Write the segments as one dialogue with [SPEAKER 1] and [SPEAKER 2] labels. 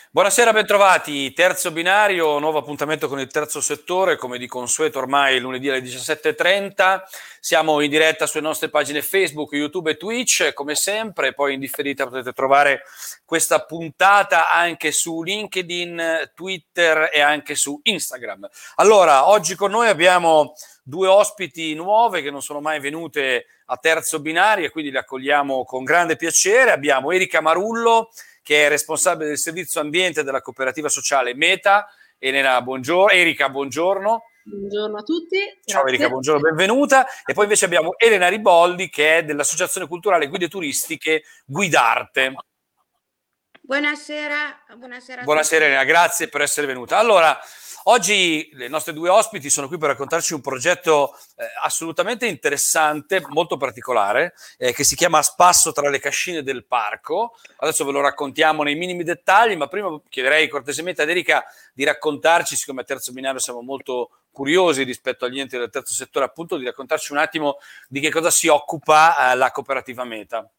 [SPEAKER 1] Buonasera, bentrovati. Terzo binario, nuovo appuntamento con il terzo settore, come di consueto ormai lunedì alle 17:30. Siamo in diretta sulle nostre pagine Facebook, YouTube e Twitch, come sempre. Poi in differita potete trovare questa puntata anche su LinkedIn, Twitter e anche su Instagram. Allora, oggi con noi abbiamo due ospiti nuove che non sono mai venute a terzo binario e quindi le accogliamo con grande piacere. Abbiamo Erika Marullo, che è responsabile del servizio ambiente della cooperativa sociale Meta. Erika, buongiorno.
[SPEAKER 2] Buongiorno a tutti.
[SPEAKER 1] Ciao Erika, buongiorno, benvenuta. E poi invece abbiamo Elena Riboldi, che è dell'associazione culturale Guide Turistiche Guidarte.
[SPEAKER 3] Buonasera.
[SPEAKER 1] Buonasera Elena, grazie per essere venuta. Allora, oggi le nostre due ospiti sono qui per raccontarci un progetto assolutamente interessante, molto particolare, che si chiama A spasso tra le cascine del parco. Adesso ve lo raccontiamo nei minimi dettagli, ma prima chiederei cortesemente ad Erika di raccontarci, siccome a terzo binario siamo molto curiosi rispetto agli enti del terzo settore, appunto, di raccontarci un attimo di che cosa si occupa la cooperativa Meta.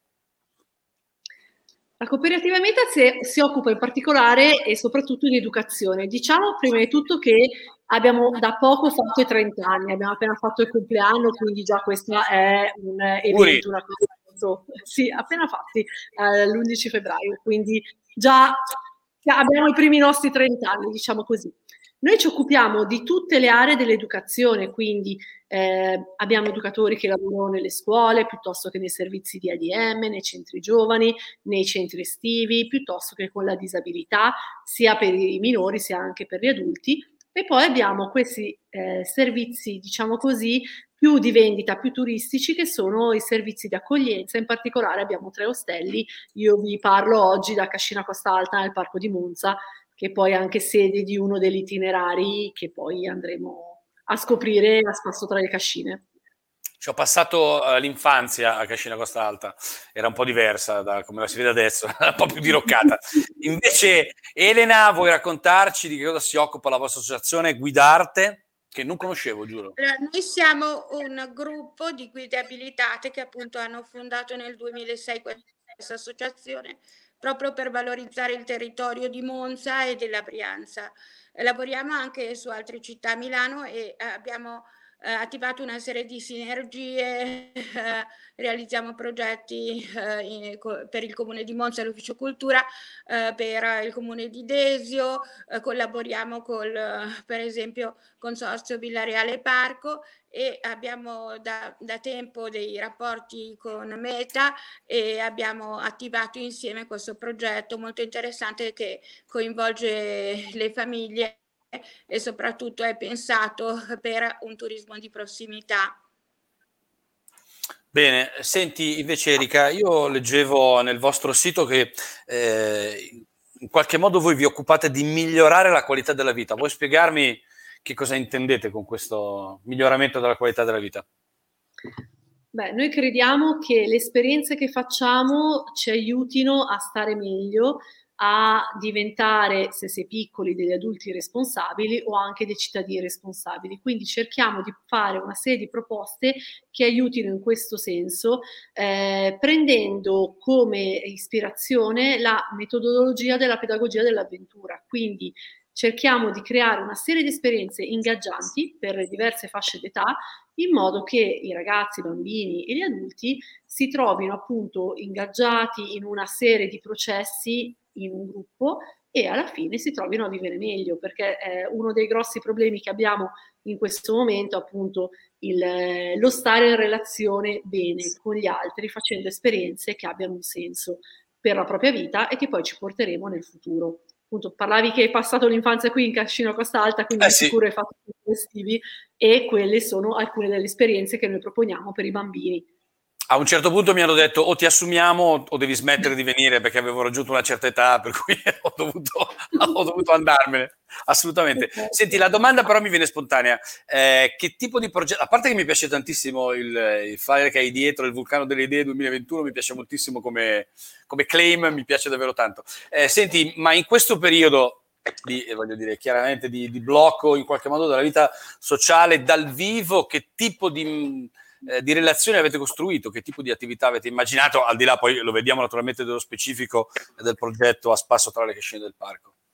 [SPEAKER 2] La cooperativa Meta si occupa in particolare e soprattutto di educazione. Diciamo prima di tutto che abbiamo da poco fatto i 30 anni, abbiamo appena fatto il compleanno, quindi già questo è un evento, una cosa, sì, appena fatti l'11 febbraio, quindi già abbiamo i primi nostri 30 anni, diciamo così. Noi ci occupiamo di tutte le aree dell'educazione, quindi abbiamo educatori che lavorano nelle scuole, piuttosto che nei servizi di ADM, nei centri giovani, nei centri estivi, piuttosto che con la disabilità, sia per i minori sia anche per gli adulti. E poi abbiamo questi servizi, diciamo così, più di vendita, più turistici, che sono i servizi di accoglienza. In particolare abbiamo 3 ostelli. Io vi parlo oggi da Cascina Costa Alta nel Parco di Monza, che poi è anche sede di uno degli itinerari che poi andremo a scoprire a spasso tra le cascine.
[SPEAKER 1] Ci ho passato l'infanzia a Cascina Costa Alta, era un po' diversa da come la si vede adesso, un po' più diroccata. Invece, Elena, vuoi raccontarci di che cosa si occupa la vostra associazione Guidarte? Che non conoscevo, giuro.
[SPEAKER 3] Allora, noi siamo un gruppo di guide abilitate che appunto hanno fondato nel 2006 questa associazione proprio per valorizzare il territorio di Monza e della Brianza. Lavoriamo anche su altre città a Milano e abbiamo attivato una serie di sinergie, realizziamo progetti per il Comune di Monza e l'Ufficio Cultura, per il Comune di Desio, collaboriamo per esempio Consorzio Villareale Parco e abbiamo da tempo dei rapporti con Meta e abbiamo attivato insieme questo progetto molto interessante che coinvolge le famiglie e soprattutto è pensato per un turismo di prossimità.
[SPEAKER 1] Bene, senti invece Erika, io leggevo nel vostro sito che in qualche modo voi vi occupate di migliorare la qualità della vita. Vuoi spiegarmi che cosa intendete con questo miglioramento della qualità della vita?
[SPEAKER 2] Beh, noi crediamo che le esperienze che facciamo ci aiutino a stare meglio, a diventare, se si è piccoli, degli adulti responsabili o anche dei cittadini responsabili. Quindi cerchiamo di fare una serie di proposte che aiutino in questo senso, prendendo come ispirazione la metodologia della pedagogia dell'avventura. Quindi cerchiamo di creare una serie di esperienze ingaggianti per le diverse fasce d'età, in modo che i ragazzi, i bambini e gli adulti si trovino appunto ingaggiati in una serie di processi in un gruppo e alla fine si trovino a vivere meglio, perché uno dei grossi problemi che abbiamo in questo momento è appunto lo stare in relazione bene con gli altri, facendo esperienze che abbiano un senso per la propria vita e che poi ci porteremo nel futuro. Appunto, parlavi che hai passato l'infanzia qui in Cascina Costa Alta, quindi di sicuro hai fatto i estivi, e quelle sono alcune delle esperienze che noi proponiamo per i bambini.
[SPEAKER 1] A un certo punto mi hanno detto o ti assumiamo o devi smettere di venire, perché avevo raggiunto una certa età, per cui ho dovuto andarmene, assolutamente. Senti, la domanda però mi viene spontanea, che tipo di progetto, a parte che mi piace tantissimo il flyer che hai dietro, il Vulcano delle Idee 2021, mi piace moltissimo come claim, mi piace davvero tanto. Senti, ma in questo periodo voglio dire, chiaramente di blocco in qualche modo della vita sociale dal vivo, che tipo di relazioni avete costruito, che tipo di attività avete immaginato, al di là poi lo vediamo naturalmente dello specifico del progetto A spasso tra le cascine del parco?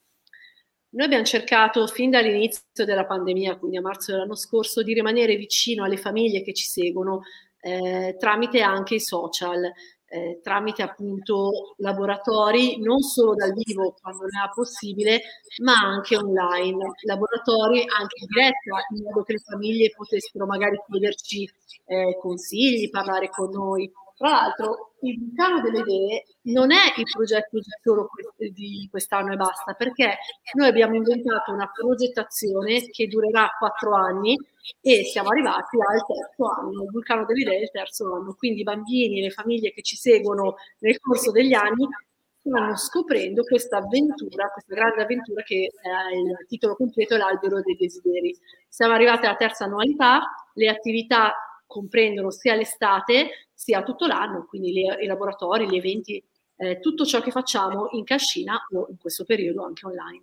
[SPEAKER 2] Noi abbiamo cercato fin dall'inizio della pandemia, quindi a marzo dell'anno scorso, di rimanere vicino alle famiglie che ci seguono tramite anche i social, tramite appunto laboratori non solo dal vivo quando ne è possibile, ma anche online, laboratori anche in diretta, in modo che le famiglie potessero magari chiederci consigli, parlare con noi. Tra l'altro, il Vulcano delle Idee non è il progetto solo di quest'anno e basta, perché noi abbiamo inventato una progettazione che durerà 4 anni e siamo arrivati al terzo anno, il Vulcano delle Idee è il terzo anno, quindi i bambini e le famiglie che ci seguono nel corso degli anni stanno scoprendo questa avventura, questa grande avventura che il titolo completo è l'Albero dei Desideri. Siamo arrivati alla terza annualità, le attività comprendono sia l'estate sia tutto l'anno, quindi i laboratori, gli eventi, tutto ciò che facciamo in cascina o in questo periodo anche online.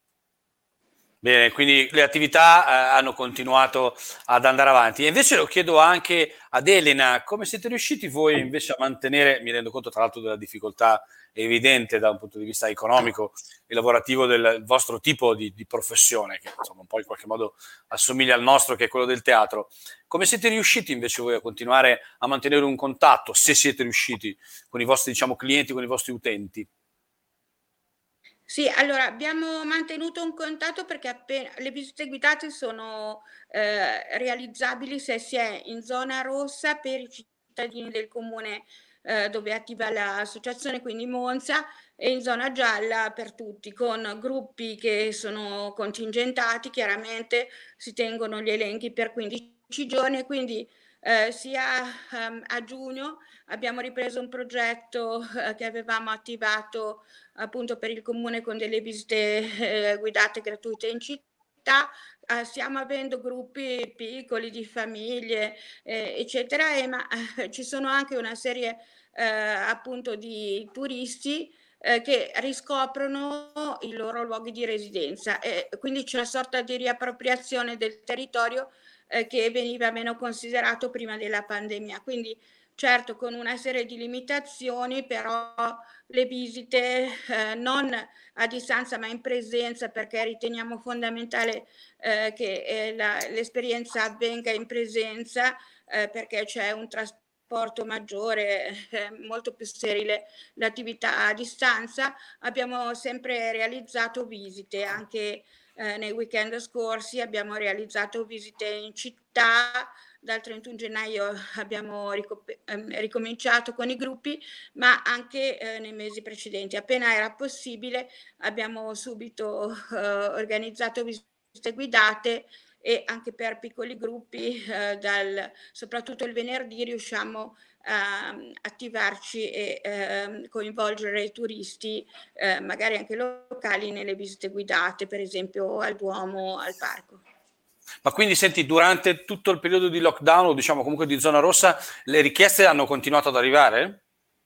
[SPEAKER 1] Bene, quindi le attività hanno continuato ad andare avanti. E invece lo chiedo anche ad Elena, come siete riusciti voi invece a mantenere, mi rendo conto tra l'altro della difficoltà evidente da un punto di vista economico e lavorativo del vostro tipo di professione, che insomma un po' in qualche modo assomiglia al nostro, che è quello del teatro. Come siete riusciti invece voi a continuare a mantenere un contatto, se siete riusciti, con i vostri, diciamo, clienti, con i vostri utenti?
[SPEAKER 3] Sì, allora abbiamo mantenuto un contatto perché appena le visite guidate sono realizzabili se si è in zona rossa per i cittadini del comune dove è attiva l'associazione, quindi Monza, e in zona gialla per tutti, con gruppi che sono contingentati, chiaramente si tengono gli elenchi per 15 giorni, quindi sia a giugno abbiamo ripreso un progetto che avevamo attivato appunto per il comune con delle visite guidate gratuite in città. Stiamo avendo gruppi piccoli di famiglie, eccetera, ma ci sono anche una serie appunto di turisti che riscoprono i loro luoghi di residenza e quindi c'è una sorta di riappropriazione del territorio che veniva meno considerato prima della pandemia. Quindi certo con una serie di limitazioni, però le visite non a distanza ma in presenza, perché riteniamo fondamentale che l'esperienza avvenga in presenza perché c'è un trasporto maggiore, molto più sterile l'attività a distanza. Abbiamo sempre realizzato visite anche nei weekend scorsi, abbiamo realizzato visite in città. Dal 31 gennaio abbiamo ricominciato con i gruppi, ma anche nei mesi precedenti. Appena era possibile abbiamo subito organizzato visite guidate e anche per piccoli gruppi, soprattutto il venerdì riusciamo a attivarci e coinvolgere i turisti, magari anche locali, nelle visite guidate, per esempio al Duomo, al parco.
[SPEAKER 1] Ma quindi senti, durante tutto il periodo di lockdown o diciamo comunque di zona rossa, le richieste hanno continuato ad arrivare?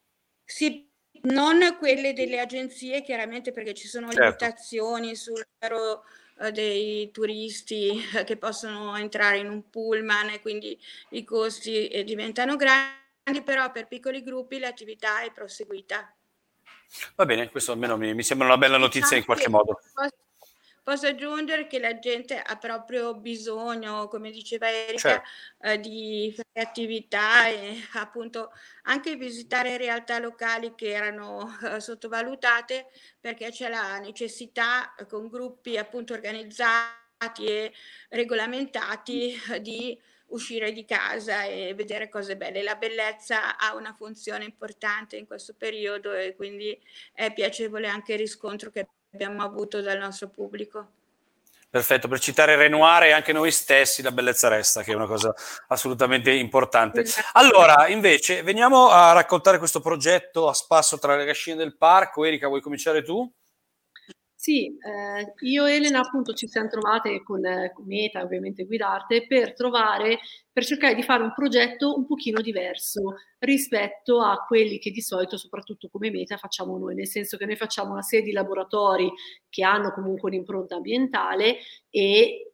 [SPEAKER 3] Sì, non quelle delle agenzie, chiaramente, perché ci sono limitazioni sul numero dei turisti che possono entrare in un pullman e quindi i costi diventano grandi, però per piccoli gruppi l'attività è proseguita.
[SPEAKER 1] Va bene, questo almeno mi sembra una bella notizia in qualche modo.
[SPEAKER 3] Posso aggiungere che la gente ha proprio bisogno, come diceva Erika, di fare attività e appunto anche visitare realtà locali che erano sottovalutate, perché c'è la necessità con gruppi appunto organizzati e regolamentati di uscire di casa e vedere cose belle. La bellezza ha una funzione importante in questo periodo e quindi è piacevole anche il riscontro che abbiamo avuto dal nostro pubblico.
[SPEAKER 1] Perfetto, per citare Renoir e anche noi stessi la bellezza resta, che è una cosa assolutamente importante. Allora, invece, veniamo a raccontare questo progetto a spasso tra le cascine del parco. Erika, vuoi cominciare tu?
[SPEAKER 2] Sì, io e Elena appunto ci siamo trovate con Meta, ovviamente Guidarte, per cercare di fare un progetto un pochino diverso rispetto a quelli che di solito, soprattutto come Meta, facciamo noi, nel senso che noi facciamo una serie di laboratori che hanno comunque un'impronta ambientale e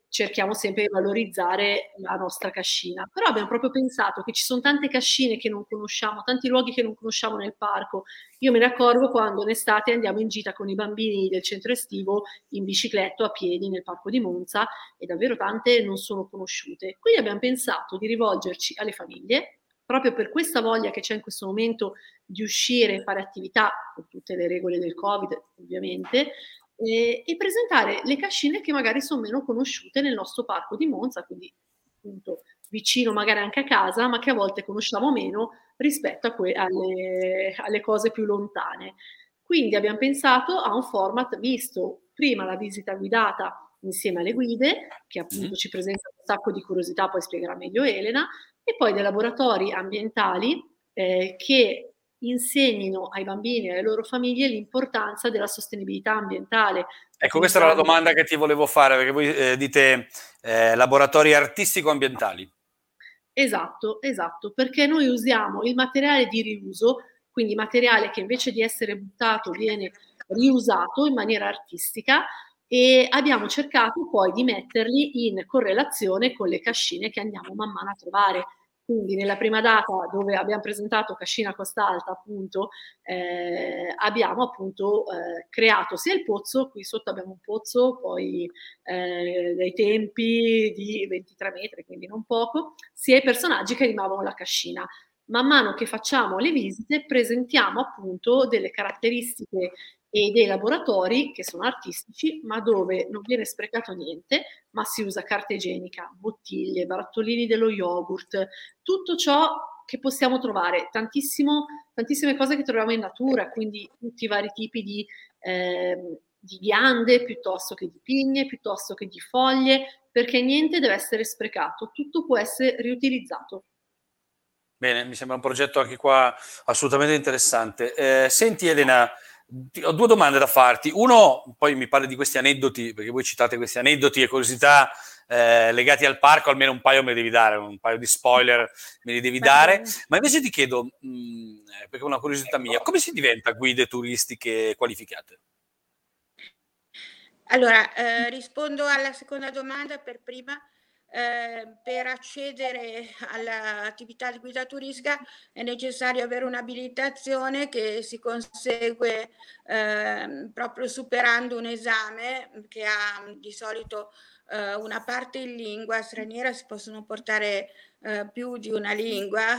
[SPEAKER 2] cerchiamo sempre di valorizzare la nostra cascina. Però abbiamo proprio pensato che ci sono tante cascine che non conosciamo, tanti luoghi che non conosciamo nel parco. Io me ne accorgo quando in estate andiamo in gita con i bambini del centro estivo in bicicletta o a piedi nel parco di Monza, e davvero tante non sono conosciute. Quindi abbiamo pensato di rivolgerci alle famiglie, proprio per questa voglia che c'è in questo momento di uscire e fare attività, con tutte le regole del Covid ovviamente, e presentare le cascine che magari sono meno conosciute nel nostro parco di Monza, quindi appunto vicino magari anche a casa, ma che a volte conosciamo meno rispetto alle cose più lontane. Quindi abbiamo pensato a un format visto prima la visita guidata insieme alle guide, che appunto ci presenta un sacco di curiosità, poi spiegherà meglio Elena, e poi dei laboratori ambientali che insegnino ai bambini e alle loro famiglie l'importanza della sostenibilità ambientale.
[SPEAKER 1] Ecco, questa era la domanda che ti volevo fare, perché voi dite laboratori artistico-ambientali.
[SPEAKER 2] Esatto, perché noi usiamo il materiale di riuso, quindi materiale che invece di essere buttato viene riusato in maniera artistica, e abbiamo cercato poi di metterli in correlazione con le cascine che andiamo man mano a trovare. Quindi nella prima data, dove abbiamo presentato Cascina Costa Alta, appunto, abbiamo appunto creato sia il pozzo, qui sotto abbiamo un pozzo, poi dai tempi di 23 metri, quindi non poco, sia i personaggi che animavano la cascina. Man mano che facciamo le visite presentiamo appunto delle caratteristiche e dei laboratori che sono artistici, ma dove non viene sprecato niente, ma si usa carta igienica, bottiglie, barattolini dello yogurt, tutto ciò che possiamo trovare, tantissime cose che troviamo in natura, quindi tutti i vari tipi di ghiande, piuttosto che di pigne, piuttosto che di foglie, perché niente deve essere sprecato, tutto può essere riutilizzato.
[SPEAKER 1] Bene, mi sembra un progetto anche qua assolutamente interessante. Senti Elena, ho due domande da farti. Uno, poi mi parli di questi aneddoti, perché voi citate questi aneddoti e curiosità legati al parco, almeno un paio me li devi dare, un paio di spoiler me li devi dare. Ma invece ti chiedo, perché è una curiosità mia, come si diventa guide turistiche qualificate?
[SPEAKER 3] Allora, rispondo alla seconda domanda per prima. Per accedere all'attività di guida turistica è necessario avere un'abilitazione che si consegue proprio superando un esame che ha di solito una parte in lingua straniera, si possono portare più di una lingua,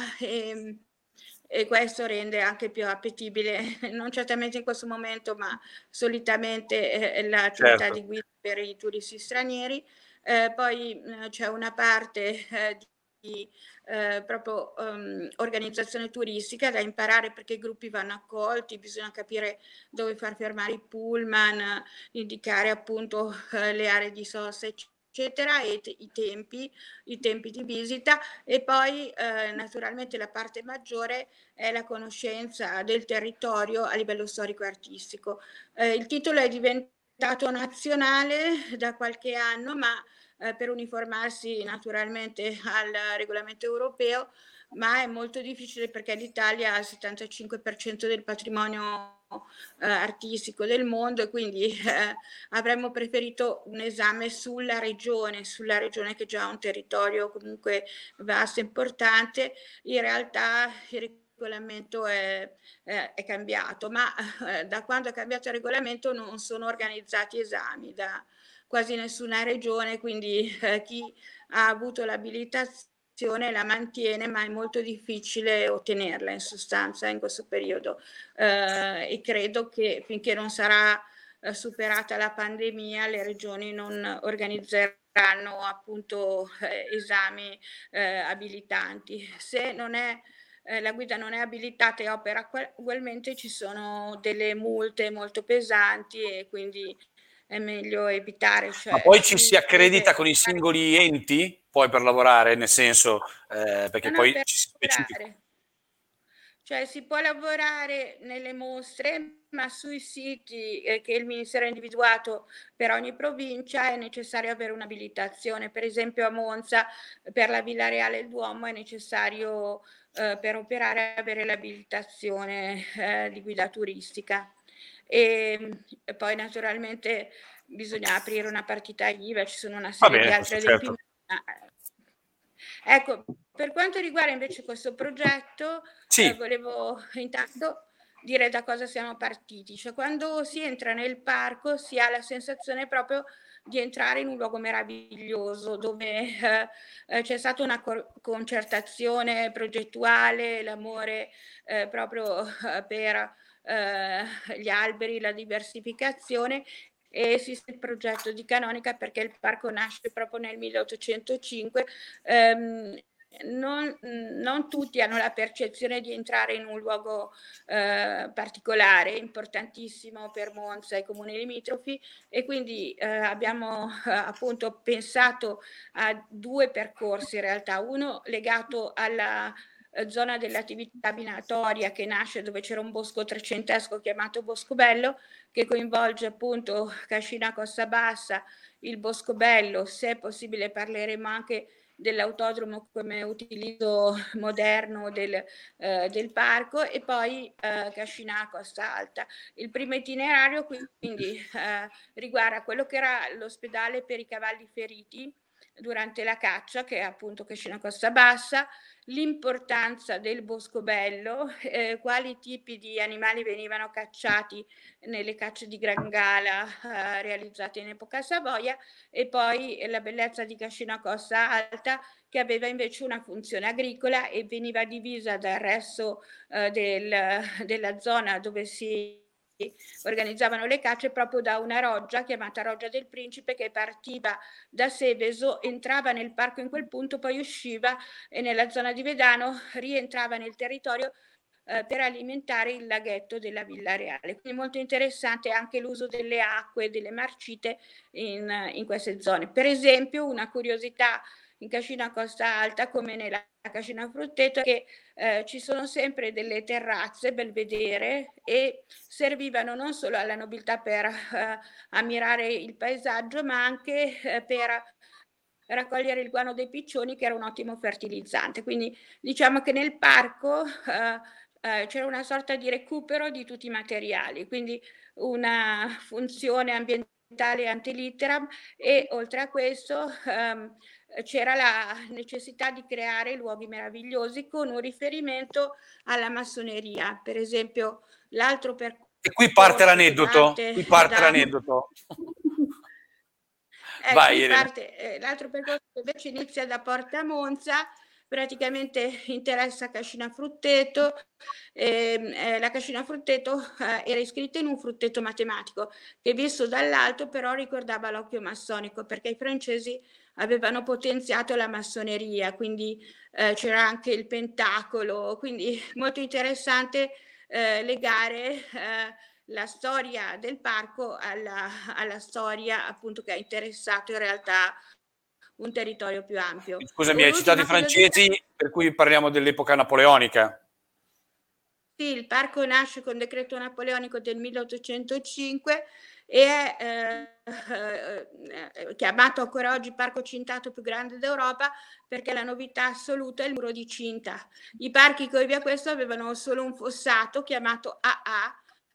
[SPEAKER 3] e questo rende anche più appetibile, non certamente in questo momento, ma solitamente l'attività
[SPEAKER 1] Certo.
[SPEAKER 3] di guida per i turisti stranieri. Poi c'è una parte di proprio organizzazione turistica da imparare, perché i gruppi vanno accolti, bisogna capire dove far fermare i pullman, indicare appunto le aree di sosta, eccetera, e i tempi di visita. E poi naturalmente la parte maggiore è la conoscenza del territorio a livello storico e artistico. Il titolo è diventato nazionale da qualche anno, ma per uniformarsi naturalmente al regolamento europeo, ma è molto difficile perché l'Italia ha il 75% del patrimonio artistico del mondo, e quindi avremmo preferito un esame sulla regione che già ha un territorio comunque vasto e importante. In realtà il regolamento è cambiato, ma da quando è cambiato il regolamento non sono organizzati esami da quasi nessuna regione, quindi chi ha avuto l'abilitazione la mantiene, ma è molto difficile ottenerla in sostanza in questo periodo, e credo che finché non sarà superata la pandemia le regioni non organizzeranno appunto esami abilitanti. Se non è la guida non è abilitata e opera ugualmente, ci sono delle multe molto pesanti, e quindi è meglio evitare.
[SPEAKER 1] Ma poi ci si accredita con i singoli enti poi per lavorare, nel senso, perché poi ci si specifica.
[SPEAKER 3] Cioè si può lavorare nelle mostre, ma sui siti che il Ministero ha individuato per ogni provincia è necessario avere un'abilitazione. Per esempio a Monza, per la Villa Reale e il Duomo, è necessario per operare avere l'abilitazione di guida turistica. e poi naturalmente bisogna aprire una partita IVA, ci sono una serie di altri adempimenti. Ecco, per quanto riguarda invece questo progetto, volevo intanto dire da cosa siamo partiti. Cioè, quando si entra nel parco si ha la sensazione proprio di entrare in un luogo meraviglioso dove c'è stata una concertazione progettuale, l'amore proprio per gli alberi, la diversificazione, e esiste il progetto di Canonica perché il parco nasce proprio nel 1805. Non tutti hanno la percezione di entrare in un luogo particolare, importantissimo per Monza e i comuni limitrofi, e quindi abbiamo appunto pensato a due percorsi in realtà, uno legato alla zona dell'attività binatoria che nasce dove c'era un bosco trecentesco chiamato Boscobello, che coinvolge appunto Cascina Costa Bassa, il Boscobello. Se è possibile parleremo anche dell'autodromo come utilizzo moderno del parco, e poi Cascina Costa Alta. Il primo itinerario quindi riguarda quello che era l'ospedale per i cavalli feriti durante la caccia, che è appunto Cascina Costa Bassa, l'importanza del Boscobello, quali tipi di animali venivano cacciati nelle cacce di Gran Gala realizzate in epoca Savoia, e poi la bellezza di Cascina Costa Alta, che aveva invece una funzione agricola e veniva divisa dal resto della zona dove si organizzavano le cacce proprio da una roggia chiamata Roggia del Principe, che partiva da Seveso, entrava nel parco in quel punto, poi usciva e nella zona di Vedano rientrava nel territorio per alimentare il laghetto della Villa Reale. Quindi molto interessante anche l'uso delle acque, delle marcite in queste zone. Per esempio, una curiosità in Cascina Costa Alta, come nella Cascina Frutteto, che ci sono sempre delle terrazze belvedere, e servivano non solo alla nobiltà per ammirare il paesaggio, ma anche per raccogliere il guano dei piccioni, che era un ottimo fertilizzante. Quindi diciamo che nel parco c'era una sorta di recupero di tutti i materiali, quindi una funzione ambientale ante litteram, e oltre a questo c'era la necessità di creare luoghi meravigliosi con un riferimento alla massoneria. Per esempio, l'altro percorso.
[SPEAKER 1] E qui parte l'aneddoto.
[SPEAKER 3] Vai, l'altro percorso invece inizia da Porta Monza, praticamente interessa Cascina Frutteto. La Cascina Frutteto era iscritta in un frutteto matematico che, visto dall'alto, però ricordava l'occhio massonico, perché i francesi avevano potenziato la massoneria, quindi c'era anche il pentacolo, quindi molto interessante legare la storia del parco alla storia appunto che ha interessato in realtà un territorio più ampio.
[SPEAKER 1] Scusami, hai citato i francesi, per cui parliamo dell'epoca napoleonica.
[SPEAKER 3] Sì, il parco nasce con decreto napoleonico del 1805 e è chiamato ancora oggi parco cintato più grande d'Europa, perché la novità assoluta è il muro di cinta. I parchi che via questo avevano solo un fossato chiamato AA,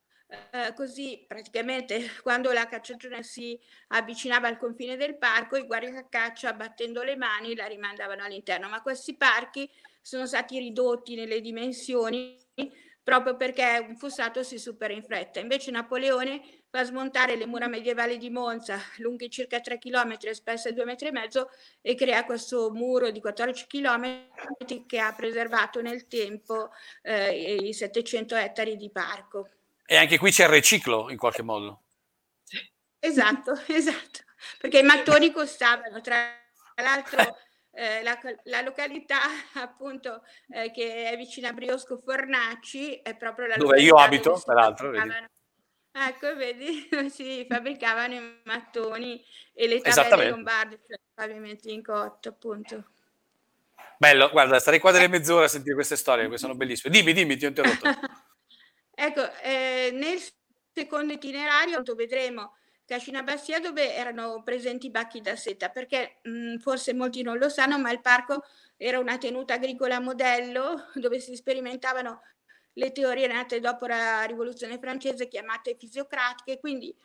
[SPEAKER 3] così praticamente quando la cacciagione si avvicinava al confine del parco, i guardiacaccia, battendo le mani, la rimandavano all'interno. Ma questi parchi sono stati ridotti nelle dimensioni proprio perché un fossato si supera in fretta. Invece Napoleone fa smontare le mura medievali di Monza, lunghe circa 3 km e spesse 2,5 metri, e crea questo muro di 14 km che ha preservato nel tempo i 700 ettari di parco.
[SPEAKER 1] E anche qui c'è il riciclo, in qualche modo.
[SPEAKER 3] Esatto, perché i mattoni costavano, tra l'altro la località appunto che è vicina a Briosco Fornaci è proprio la
[SPEAKER 1] dove io abito, peraltro.
[SPEAKER 3] Ecco, vedi, si fabbricavano i mattoni e le tabelle lombarde, cioè i pavimenti in cotto, appunto.
[SPEAKER 1] Bello, guarda, starei qua delle mezz'ore a sentire queste storie, che sono bellissime. Dimmi, ti ho interrotto.
[SPEAKER 3] Ecco, nel secondo itinerario vedremo Cascina Bassia, dove erano presenti i bacchi da seta, perché forse molti non lo sanno, ma il parco era una tenuta agricola modello dove si sperimentavano le teorie nate dopo la rivoluzione francese chiamate fisiocratiche, quindi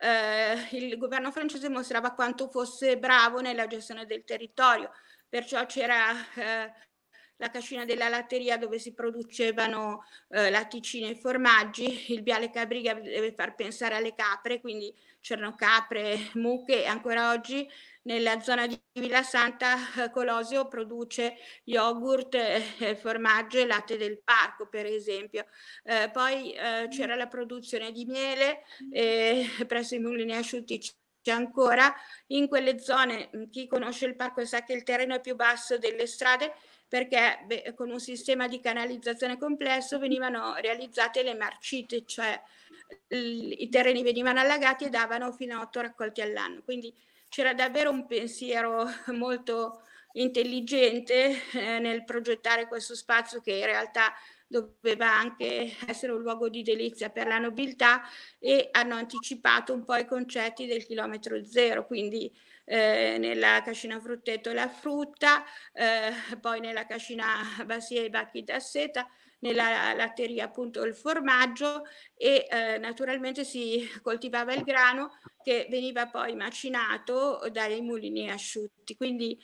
[SPEAKER 3] il governo francese mostrava quanto fosse bravo nella gestione del territorio, perciò c'era la cascina della latteria dove si producevano latticini e formaggi, il viale Cabriga deve far pensare alle capre, quindi c'erano capre, mucche, e ancora oggi nella zona di Villa Santa Colosio produce yogurt, formaggio e latte del parco, per esempio. Poi c'era la produzione di miele presso i mulini asciutti c'è ancora. In quelle zone, chi conosce il parco sa che il terreno è più basso delle strade, perché con un sistema di canalizzazione complesso venivano realizzate le marcite, cioè i terreni venivano allagati e davano fino a 8 raccolti all'anno. Quindi c'era davvero un pensiero molto intelligente nel progettare questo spazio, che in realtà doveva anche essere un luogo di delizia per la nobiltà, e hanno anticipato un po' i concetti del chilometro zero, quindi nella cascina frutteto la frutta, poi nella cascina Bassia i bacchi da seta, nella latteria appunto il formaggio, e naturalmente si coltivava il grano che veniva poi macinato dai mulini asciutti. Quindi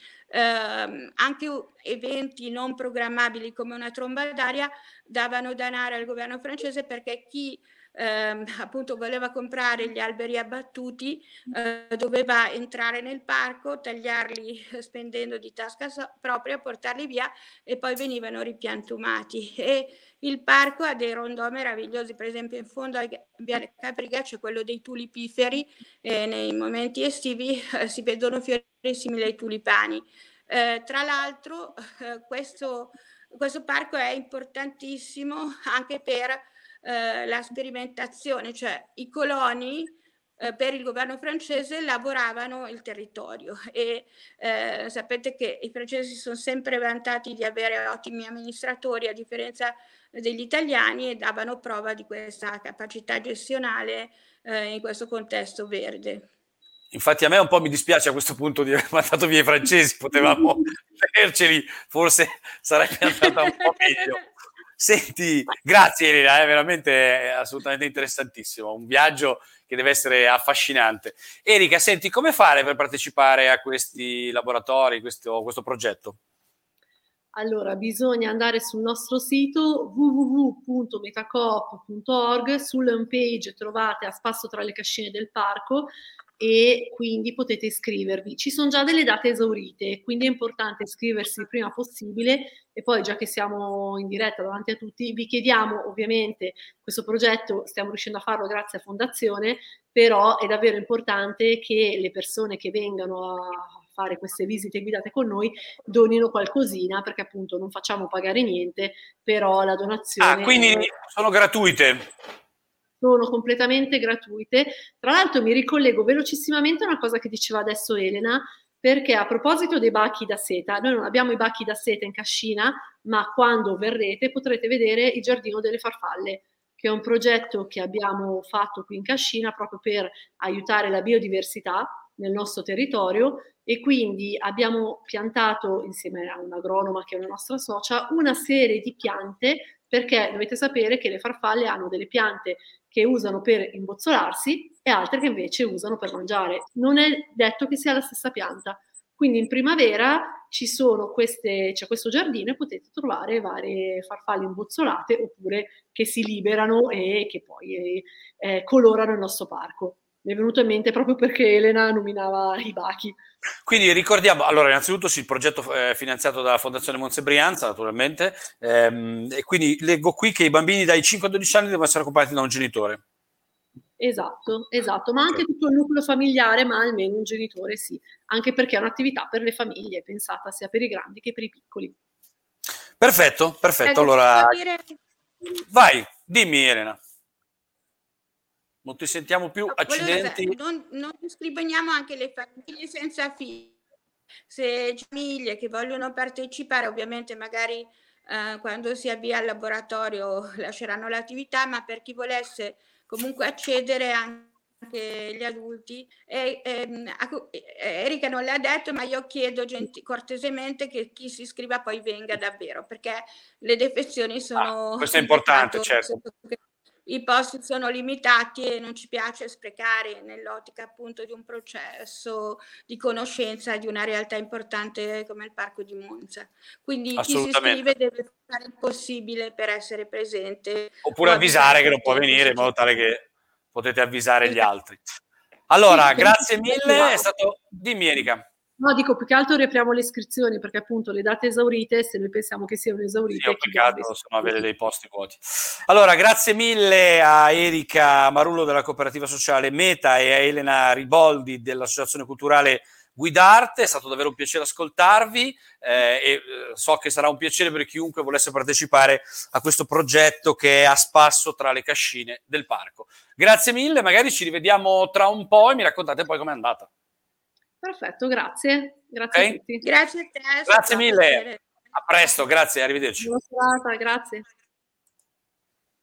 [SPEAKER 3] anche eventi non programmabili come una tromba d'aria davano danaro al governo francese, perché chi appunto voleva comprare gli alberi abbattuti doveva entrare nel parco, tagliarli spendendo di tasca propria, portarli via, e poi venivano ripiantumati. E il parco ha dei rondò meravigliosi, per esempio in fondo a Viale Cabriga c'è quello dei tulipiferi, nei momenti estivi si vedono fiori simili ai tulipani. Tra l'altro questo parco è importantissimo anche per la sperimentazione, cioè i coloni per il governo francese lavoravano il territorio, e sapete che i francesi sono sempre vantati di avere ottimi amministratori a differenza degli italiani, e davano prova di questa capacità gestionale in questo contesto verde.
[SPEAKER 1] Infatti a me un po' mi dispiace a questo punto di aver mandato via i francesi, potevamo averceli, forse sarebbe andata un po' meglio. Senti, grazie Elena, veramente assolutamente interessantissimo, un viaggio che deve essere affascinante. Erika, senti, come fare per partecipare a questi laboratori, questo progetto?
[SPEAKER 2] Allora, bisogna andare sul nostro sito www.metacoop.org, sulla home page trovate a spasso tra le cascine del parco, e quindi potete iscrivervi. Ci sono già delle date esaurite, quindi è importante iscriversi il prima possibile, e poi, già che siamo in diretta davanti a tutti, vi chiediamo, ovviamente questo progetto stiamo riuscendo a farlo grazie a Fondazione, però è davvero importante che le persone che vengano a fare queste visite guidate con noi donino qualcosina, perché appunto non facciamo pagare niente, però la donazione...
[SPEAKER 1] quindi sono gratuite?
[SPEAKER 2] Sono completamente gratuite. Tra l'altro mi ricollego velocissimamente a una cosa che diceva adesso Elena, perché a proposito dei bachi da seta, noi non abbiamo i bachi da seta in cascina, ma quando verrete potrete vedere il Giardino delle Farfalle, che è un progetto che abbiamo fatto qui in cascina proprio per aiutare la biodiversità nel nostro territorio, e quindi abbiamo piantato, insieme a un'agronoma che è una nostra socia, una serie di piante, perché dovete sapere che le farfalle hanno delle piante che usano per imbozzolarsi e altre che invece usano per mangiare. Non è detto che sia la stessa pianta. Quindi in primavera c'è questo giardino e potete trovare varie farfalle imbozzolate, oppure che si liberano e che poi colorano il nostro parco. Mi è venuto in mente proprio perché Elena nominava i bachi.
[SPEAKER 1] Quindi ricordiamo, allora innanzitutto sì, il progetto è finanziato dalla Fondazione Monte Brianza, naturalmente, e quindi leggo qui che i bambini dai 5 a 12 anni devono essere accompagnati da un genitore.
[SPEAKER 2] Esatto, ma anche tutto il nucleo familiare, ma almeno un genitore sì, anche perché è un'attività per le famiglie, pensata sia per i grandi che per i piccoli.
[SPEAKER 1] Perfetto, allora vai, dimmi Elena. Non ti sentiamo più, accidenti.
[SPEAKER 3] Non discriminiamo anche le famiglie senza figli. Se c'è famiglie che vogliono partecipare, ovviamente magari quando si avvia il laboratorio lasceranno l'attività, ma per chi volesse comunque accedere anche anche gli adulti. Erika non l'ha detto, ma io chiedo cortesemente che chi si iscriva poi venga davvero, perché le defezioni sono
[SPEAKER 1] questo è importante, certo.
[SPEAKER 3] I posti sono limitati e non ci piace sprecare nell'ottica appunto di un processo di conoscenza di una realtà importante come il Parco di Monza. Quindi chi si iscrive deve fare il possibile per essere presente.
[SPEAKER 1] Oppure avvisare che non può venire, in modo tale che potete avvisare gli altri. Allora, sì, grazie mille, è stato... Dimmi, Erika.
[SPEAKER 2] No, dico, più che altro riapriamo le iscrizioni, perché appunto le date esaurite, se noi pensiamo che siano esaurite...
[SPEAKER 1] Sì, è un peccato se no avere dei posti vuoti. Allora, grazie mille a Erika Marullo della Cooperativa Sociale Meta e a Elena Riboldi dell'Associazione Culturale Guidarte. È stato davvero un piacere ascoltarvi e so che sarà un piacere per chiunque volesse partecipare a questo progetto che è a spasso tra le cascine del parco. Grazie mille, magari ci rivediamo tra un po' e mi raccontate poi com'è andata.
[SPEAKER 2] Perfetto, grazie. Grazie a tutti.
[SPEAKER 3] Grazie a te.
[SPEAKER 1] Grazie mille. A presto, grazie, arrivederci.
[SPEAKER 2] Buona serata, grazie.